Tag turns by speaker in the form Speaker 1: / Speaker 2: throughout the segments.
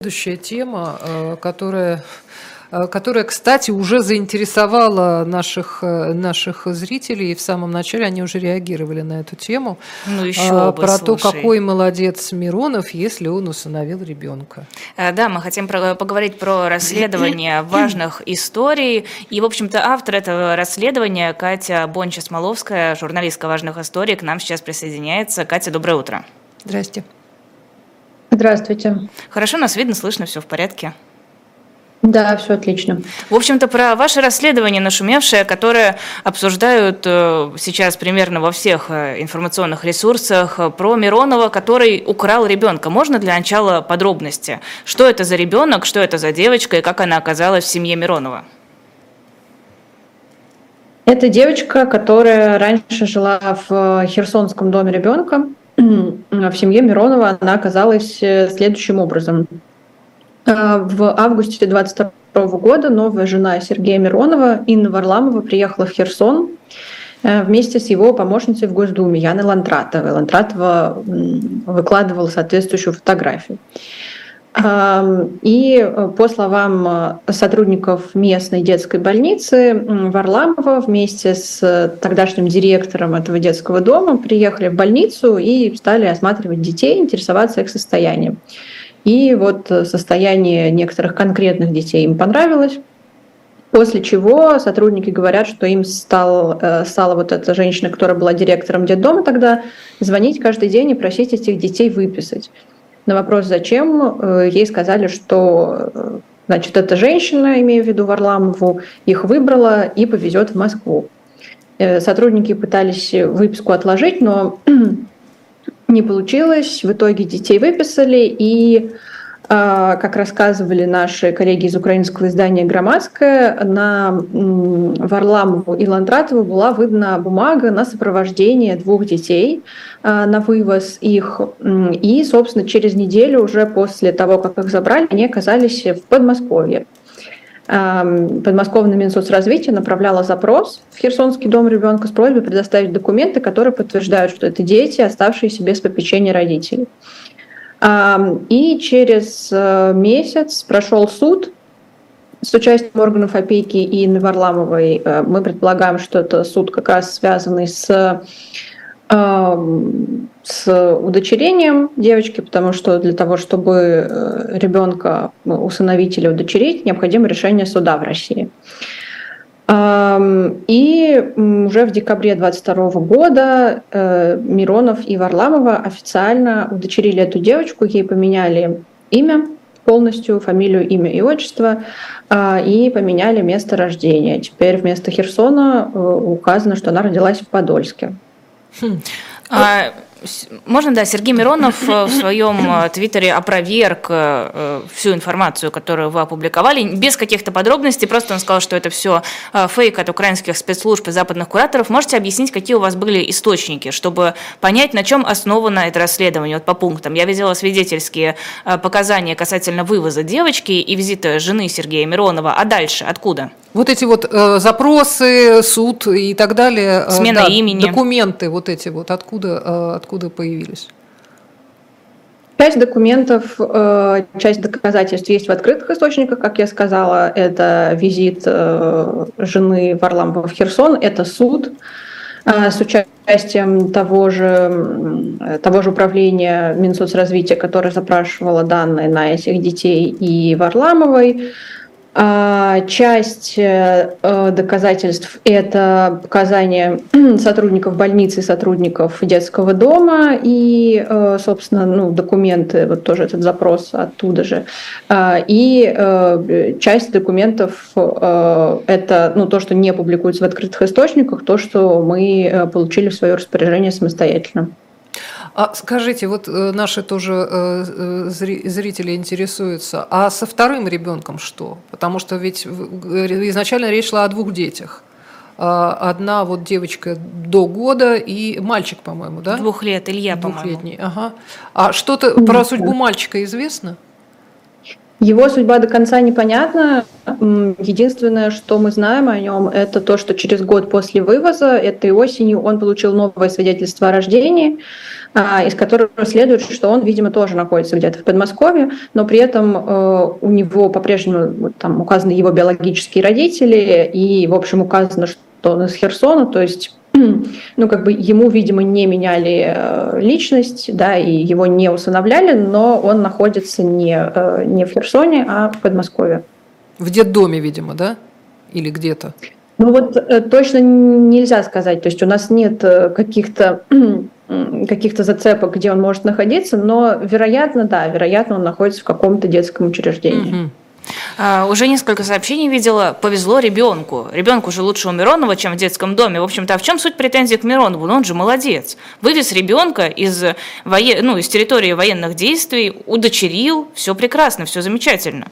Speaker 1: Следующая тема, которая, кстати, уже заинтересовала наших зрителей, и в самом начале они уже реагировали на эту тему,
Speaker 2: Ну еще бы,
Speaker 1: про то,
Speaker 2: слушай.
Speaker 1: какой молодец Миронов, если он усыновил ребенка.
Speaker 2: Да, мы хотим поговорить про расследование важных историй. И, в общем-то, автор этого расследования Катя Бонча-Смоловская, журналистка важных историй, к нам сейчас присоединяется. Катя, доброе утро.
Speaker 1: Здрасте.
Speaker 3: Здравствуйте.
Speaker 2: Хорошо нас видно, слышно, все в порядке?
Speaker 3: Да, все отлично.
Speaker 2: В общем-то, про ваше расследование нашумевшее, которое обсуждают сейчас примерно во всех информационных ресурсах, про Миронова, который украл ребенка. Можно для начала подробности? Что это за ребенок, что это за девочка и как она оказалась в семье Миронова?
Speaker 3: Это девочка, которая раньше жила в Херсонском доме ребенка. В семье Миронова она оказалась следующим образом. В августе 2022 года новая жена Сергея Миронова, Инна Варламова, приехала в Херсон вместе с его помощницей в Госдуме Яной Лантратовой. Лантратова выкладывала соответствующую фотографию. И по словам сотрудников местной детской больницы, Варламова вместе с тогдашним директором этого детского дома приехали в больницу и стали осматривать детей, интересоваться их состоянием. И вот состояние некоторых конкретных детей им понравилось, после чего сотрудники говорят, что им стала вот эта женщина, которая была директором детдома тогда, звонить каждый день и просить этих детей выписать. На вопрос «зачем?» ей сказали, что значит, эта женщина, имея в виду Варламову, их выбрала и повезет в Москву. Сотрудники пытались выписку отложить, но не получилось. В итоге детей выписали, и, как рассказывали наши коллеги из украинского издания «Громадское», на Варламову и Лантратову была выдана бумага на сопровождение двух детей, на вывоз их. И, собственно, через неделю, уже после того, как их забрали, они оказались в Подмосковье. Подмосковное Минсоцразвитие направляло запрос в Херсонский дом ребенка с просьбой предоставить документы, которые подтверждают, что это дети, оставшиеся без попечения родителей. И через месяц прошел суд с участием органов опеки и Инны Варламовой. Мы предполагаем, что это суд как раз связанный с удочерением девочки, потому что для того, чтобы ребенка усыновить или удочерить, необходимо решение суда в России. И уже в декабре 2022 года Миронов и Варламова официально удочерили эту девочку, ей поменяли имя полностью, фамилию, имя и отчество, и поменяли место рождения. Теперь вместо Херсона указано, что она родилась в Подольске.
Speaker 2: Можно, да, Сергей Миронов в своем твиттере опроверг всю информацию, которую вы опубликовали, без каких-то подробностей, просто он сказал, что это все фейк от украинских спецслужб и западных кураторов. Можете объяснить, какие у вас были источники, чтобы понять, на чем основано это расследование, вот по пунктам? Я видела свидетельские показания касательно вывоза девочки и визита жены Сергея Миронова, а дальше откуда?
Speaker 1: Вот эти вот запросы, суд и так далее,
Speaker 2: смена имени,
Speaker 1: документы вот эти вот, откуда появились?
Speaker 3: Часть документов, часть доказательств есть в открытых источниках, как я сказала. Это визит жены Варламова в Херсон, это суд с участием того же управления Минсоцразвития, которое запрашивало данные на этих детей, и Варламовой. Часть доказательств – это показания сотрудников больницы, сотрудников детского дома и, собственно, документы, вот тоже этот запрос оттуда же. И часть документов – это то, что не публикуется в открытых источниках, то, что мы получили в свое распоряжение самостоятельно.
Speaker 1: А скажите, вот наши тоже зрители интересуются, а со вторым ребенком что? Потому что ведь изначально речь шла о двух детях. Одна вот девочка до года и мальчик, по-моему, да?
Speaker 2: 2 лет, Илья, по-моему.
Speaker 1: Двухлетний, ага. А что-то про судьбу мальчика известно?
Speaker 3: Его судьба до конца непонятна. Единственное, что мы знаем о нем, это то, что через год после вывоза, этой осенью, он получил новое свидетельство о рождении, из которого следует, что он, видимо, тоже находится где-то в Подмосковье, но при этом у него по-прежнему там указаны его биологические родители, и, в общем, указано, что он из Херсона, то есть ему, видимо, не меняли личность, да, и его не усыновляли, но он находится не в Херсоне, а в Подмосковье.
Speaker 1: В детдоме, видимо, да? Или где-то?
Speaker 3: Точно нельзя сказать. То есть у нас нет каких-то зацепок, где он может находиться, но, вероятно, он находится в каком-то детском учреждении.
Speaker 2: Угу. Уже несколько сообщений видела. Повезло ребенку. Ребенку же лучше у Миронова, чем в детском доме. В общем-то, а в чем суть претензий к Миронову? Он же молодец. Вывез ребенка из территории военных действий, удочерил. Все прекрасно, все замечательно.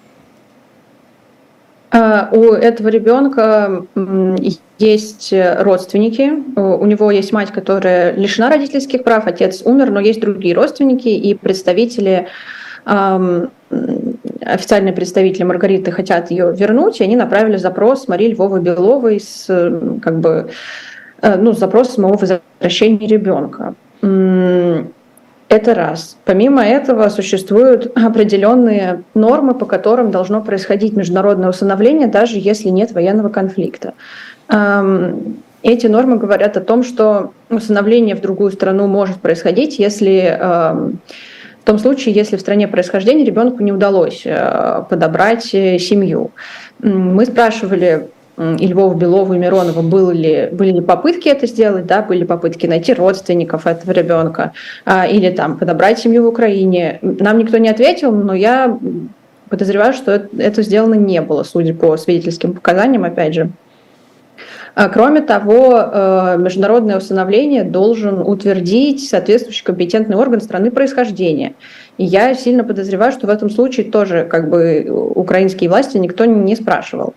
Speaker 3: У этого ребенка есть родственники. У него есть мать, которая лишена родительских прав, отец умер, но есть другие родственники и представители. Официальные представители Маргариты хотят ее вернуть, и они направили запрос Марии Львовой Беловой с запросом о возвращении ребенка. Это раз. Помимо этого существуют определенные нормы, по которым должно происходить международное усыновление, даже если нет военного конфликта. Эти нормы говорят о том, что усыновление в другую страну может происходить, в том случае, если в стране происхождения ребенку не удалось подобрать семью. Мы спрашивали и Львову, Белову, и Миронова, были ли попытки это сделать, да, были попытки найти родственников этого ребенка или там подобрать семью в Украине. Нам никто не ответил, но я подозреваю, что это сделано не было, судя по свидетельским показаниям, опять же. Кроме того, международное усыновление должен утвердить соответствующий компетентный орган страны происхождения. И я сильно подозреваю, что в этом случае тоже украинские власти никто не спрашивал.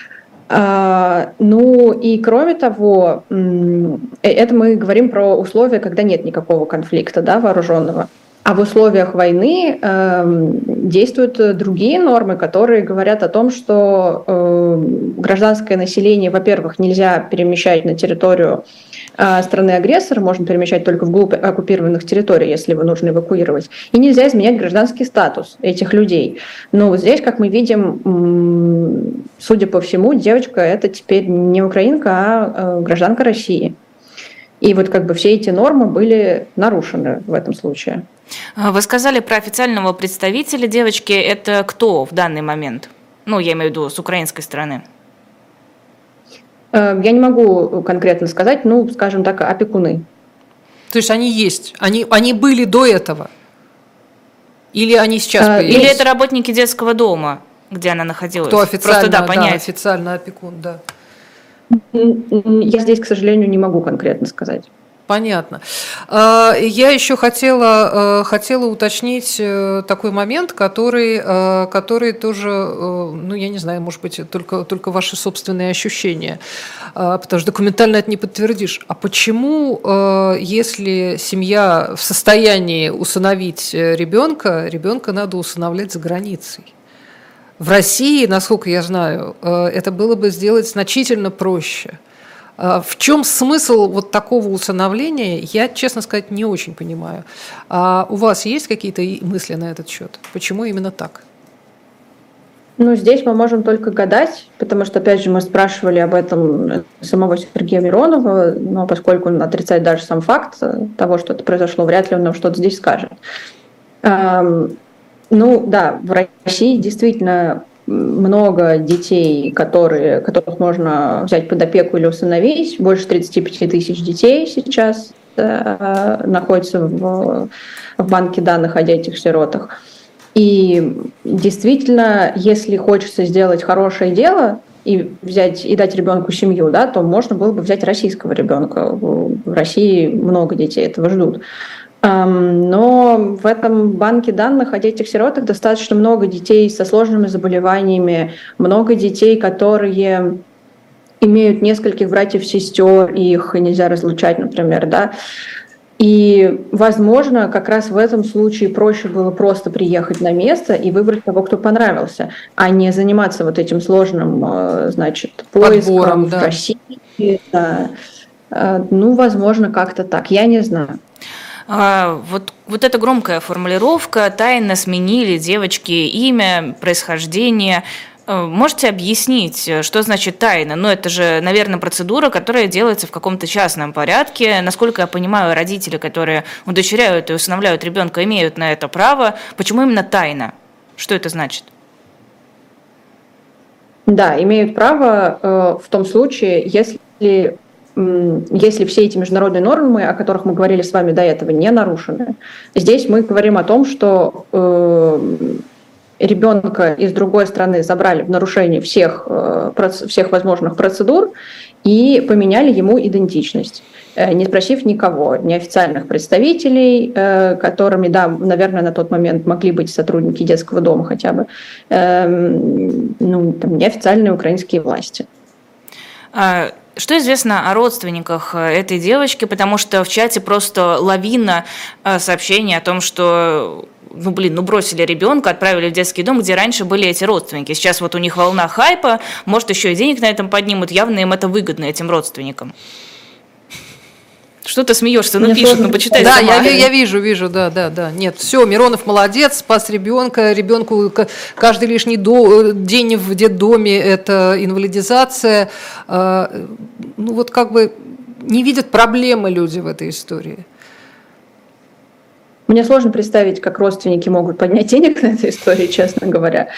Speaker 3: И кроме того, это мы говорим про условия, когда нет никакого конфликта, да, вооруженного. А в условиях войны действуют другие нормы, которые говорят о том, что гражданское население, во-первых, нельзя перемещать на территорию страны-агрессора, можно перемещать только вглубь оккупированных территорий, если его нужно эвакуировать. И нельзя изменять гражданский статус этих людей. Но вот здесь, как мы видим, судя по всему, девочка это теперь не украинка, а гражданка России. И все эти нормы были нарушены в этом случае.
Speaker 2: Вы сказали про официального представителя девочки. Это кто в данный момент? Я имею в виду с украинской стороны.
Speaker 3: Я не могу конкретно сказать, скажем так, опекуны.
Speaker 1: То есть они есть? Они были до этого? Или они сейчас появились?
Speaker 2: Или это работники детского дома, где она находилась?
Speaker 1: Кто официально,
Speaker 2: просто, понять.
Speaker 1: Да, официально опекун, да.
Speaker 3: Я здесь, к сожалению, не могу конкретно сказать.
Speaker 1: Понятно. Я еще хотела уточнить такой момент, который тоже, я не знаю, может быть, только ваши собственные ощущения, потому что документально это не подтвердишь. А почему, если семья в состоянии усыновить ребенка надо усыновлять за границей? В России, насколько я знаю, это было бы сделать значительно проще. В чем смысл такого усыновления, я, честно сказать, не очень понимаю. А у вас есть какие-то мысли на этот счет? Почему именно так?
Speaker 3: Здесь мы можем только гадать, потому что, опять же, мы спрашивали об этом самого Сергея Миронова, но поскольку он отрицает даже сам факт того, что это произошло, вряд ли он нам что-то здесь скажет. В России действительно много детей, которых можно взять под опеку или усыновить. Больше 35 тысяч детей сейчас находятся в банке данных о детях-сиротах. И действительно, если хочется сделать хорошее дело и дать ребенку семью, да, то можно было бы взять российского ребенка. В России много детей этого ждут. Но в этом банке данных о детях-сиротах достаточно много детей со сложными заболеваниями, много детей, которые имеют нескольких братьев-сестер, и их нельзя разлучать, например, да. И, возможно, как раз в этом случае проще было просто приехать на место и выбрать того, кто понравился, а не заниматься вот этим сложным, значит, поиском
Speaker 1: Подбором,
Speaker 3: в
Speaker 1: да.
Speaker 3: России. Да. Ну, возможно, как-то так, я не знаю.
Speaker 2: Вот эта громкая формулировка «тайно сменили девочки имя, происхождение». Можете объяснить, что значит тайна? Ну, это же, наверное, процедура, которая делается в каком-то частном порядке. Насколько я понимаю, родители, которые удочеряют и усыновляют ребенка, имеют на это право. Почему именно тайна? Что это значит?
Speaker 3: Да, имеют право в том случае, если все эти международные нормы, о которых мы говорили с вами до этого, не нарушены. Здесь мы говорим о том, что ребенка из другой страны забрали в нарушении всех возможных процедур и поменяли ему идентичность, не спросив никого, ни официальных представителей, которыми, да, наверное, на тот момент могли быть сотрудники детского дома хотя бы, неофициальные украинские власти.
Speaker 2: Что известно о родственниках этой девочки? Потому что в чате просто лавина сообщений о том, что бросили ребенка, отправили в детский дом, где раньше были эти родственники. Сейчас вот у них волна хайпа, может, еще и денег на этом поднимут. Явно им это выгодно, этим родственникам. Что ты смеешься? Пишут, почитай
Speaker 1: да,
Speaker 2: сама.
Speaker 1: Я вижу, да. Нет, все, Миронов молодец, спас ребенка. Ребенку каждый лишний день в детдоме – это инвалидизация. Не видят проблемы люди в этой истории.
Speaker 3: Мне сложно представить, как родственники могут поднять денег на этой истории, честно говоря.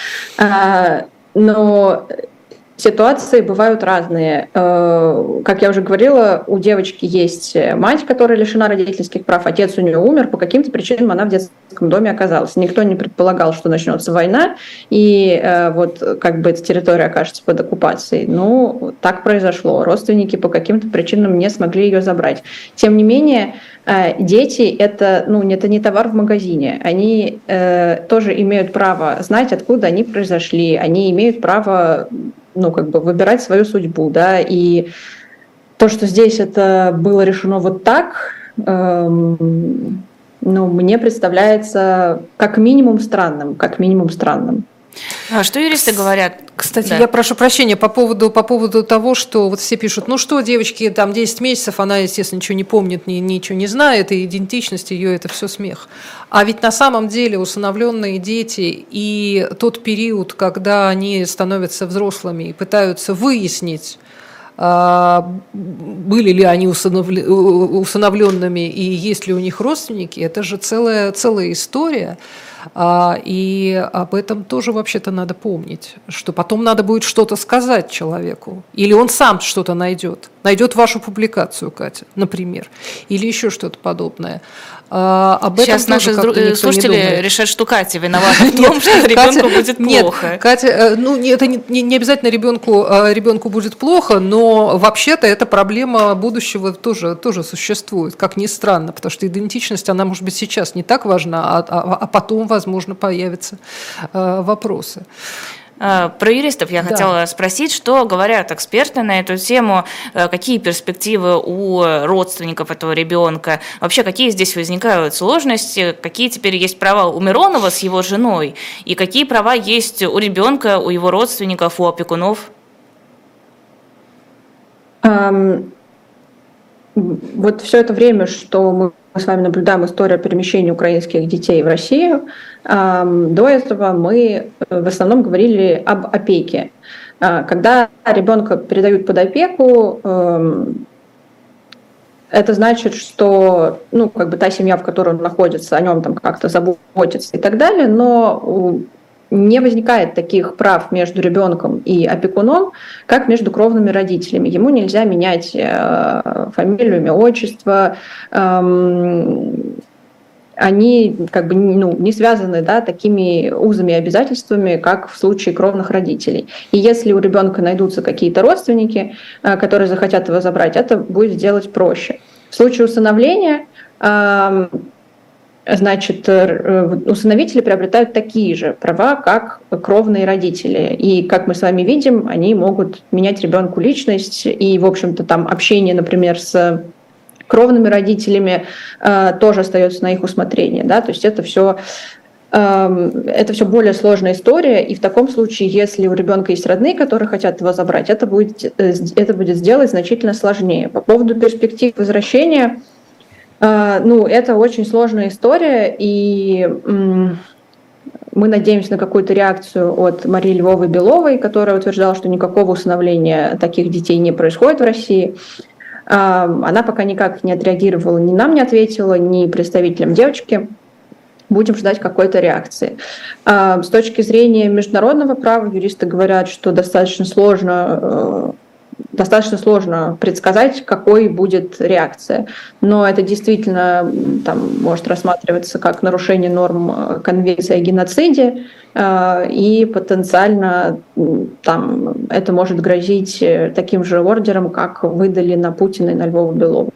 Speaker 3: Но ситуации бывают разные. Как я уже говорила, у девочки есть мать, которая лишена родительских прав, отец у нее умер, по каким-то причинам она в детском доме оказалась. Никто не предполагал, что начнется война, и эта территория окажется под оккупацией. Так произошло. Родственники по каким-то причинам не смогли ее забрать. Тем не менее, дети это не товар в магазине. Они тоже имеют право знать, откуда они произошли. Они имеют право выбирать свою судьбу, да, и то, что здесь это было решено вот так, мне представляется как минимум странным.
Speaker 2: А что юристы говорят?
Speaker 1: Кстати,
Speaker 2: да.
Speaker 1: Я прошу прощения по поводу того, что вот все пишут, девочки, там 10 месяцев, она, естественно, ничего не помнит, ничего не знает, и идентичность ее – это все смех. А ведь на самом деле усыновленные дети и тот период, когда они становятся взрослыми и пытаются выяснить, были ли они усыновленными и есть ли у них родственники, это же целая история. И об этом тоже вообще-то надо помнить, что потом надо будет что-то сказать человеку. Или он сам что-то найдет вашу публикацию, Катя, например, или еще что-то подобное. Об
Speaker 2: Сейчас
Speaker 1: этом
Speaker 2: наши слушатели решат, что Катя виновата в том, что ребенку будет плохо.
Speaker 1: Нет, Катя, это не обязательно ребенку будет плохо, но вообще-то эта проблема будущего тоже существует, как ни странно, потому что идентичность, она, может быть, сейчас не так важна, а потом, возможно, появятся вопросы.
Speaker 2: Про юристов я хотела спросить, что говорят эксперты на эту тему, какие перспективы у родственников этого ребенка, вообще какие здесь возникают сложности, какие теперь есть права у Миронова с его женой, и какие права есть у ребенка, у его родственников, у опекунов?
Speaker 3: Вот все это время, что мы с вами наблюдаем историю перемещения украинских детей в Россию, до этого мы в основном говорили об опеке. Когда ребенка передают под опеку, это значит, что та семья, в которой он находится, о нем там как-то заботится и так далее, но не возникает таких прав между ребенком и опекуном, как между кровными родителями. Ему нельзя менять фамилию, имя, отчество. Они не связаны такими узами и обязательствами, как в случае кровных родителей. И если у ребенка найдутся какие-то родственники, которые захотят его забрать, это будет сделать проще. В случае усыновления усыновители приобретают такие же права, как кровные родители. И, как мы с вами видим, они могут менять ребенку личность. И, в общем-то, там общение, например, с кровными родителями, тоже остается на их усмотрение. Да? То есть это все более сложная история, и в таком случае, если у ребенка есть родные, которые хотят его забрать, это будет сделать значительно сложнее. По поводу перспектив возвращения, это очень сложная история, и мы надеемся на какую-то реакцию от Марии Львовой-Беловой, которая утверждала, что никакого усыновления таких детей не происходит в России. Она пока никак не отреагировала, ни нам не ответила, ни представителям девочки. Будем ждать какой-то реакции. С точки зрения международного права, юристы говорят, что достаточно сложно предсказать, какой будет реакция. Но это действительно может рассматриваться как нарушение норм Конвенции о геноциде, и потенциально это может грозить таким же ордером, как выдали на Путина и на Львову-Белову.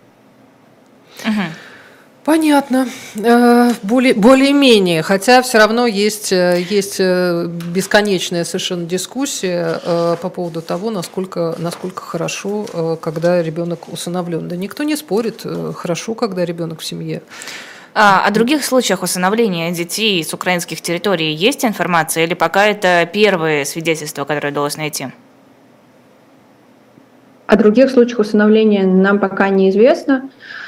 Speaker 1: Понятно. Более-менее, хотя все равно есть бесконечная совершенно дискуссия по поводу того, насколько хорошо, когда ребенок усыновлен. Да никто не спорит, хорошо, когда ребенок в семье.
Speaker 2: О других случаях усыновления детей с украинских территорий есть информация, или пока это первые свидетельства, которые удалось найти?
Speaker 3: О других случаях усыновления нам пока неизвестно.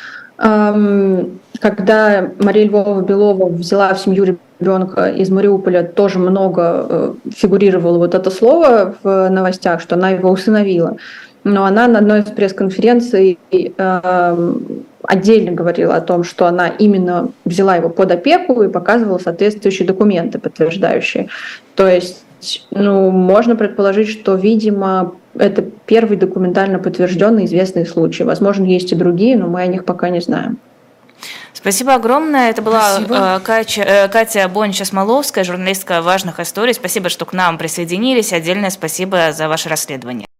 Speaker 3: Когда Мария Львова-Белова взяла в семью ребенка из Мариуполя, тоже много фигурировало вот это слово в новостях, что она его усыновила. Но она на одной из пресс-конференций отдельно говорила о том, что она именно взяла его под опеку и показывала соответствующие документы, подтверждающие. То есть, можно предположить, что, видимо, это первый документально подтвержденный известный случай. Возможно, есть и другие, но мы о них пока не знаем.
Speaker 2: Спасибо огромное. Это была Катя Бонча-Смоловская, журналистка важных историй. Спасибо, что к нам присоединились. Отдельное спасибо за ваше расследование.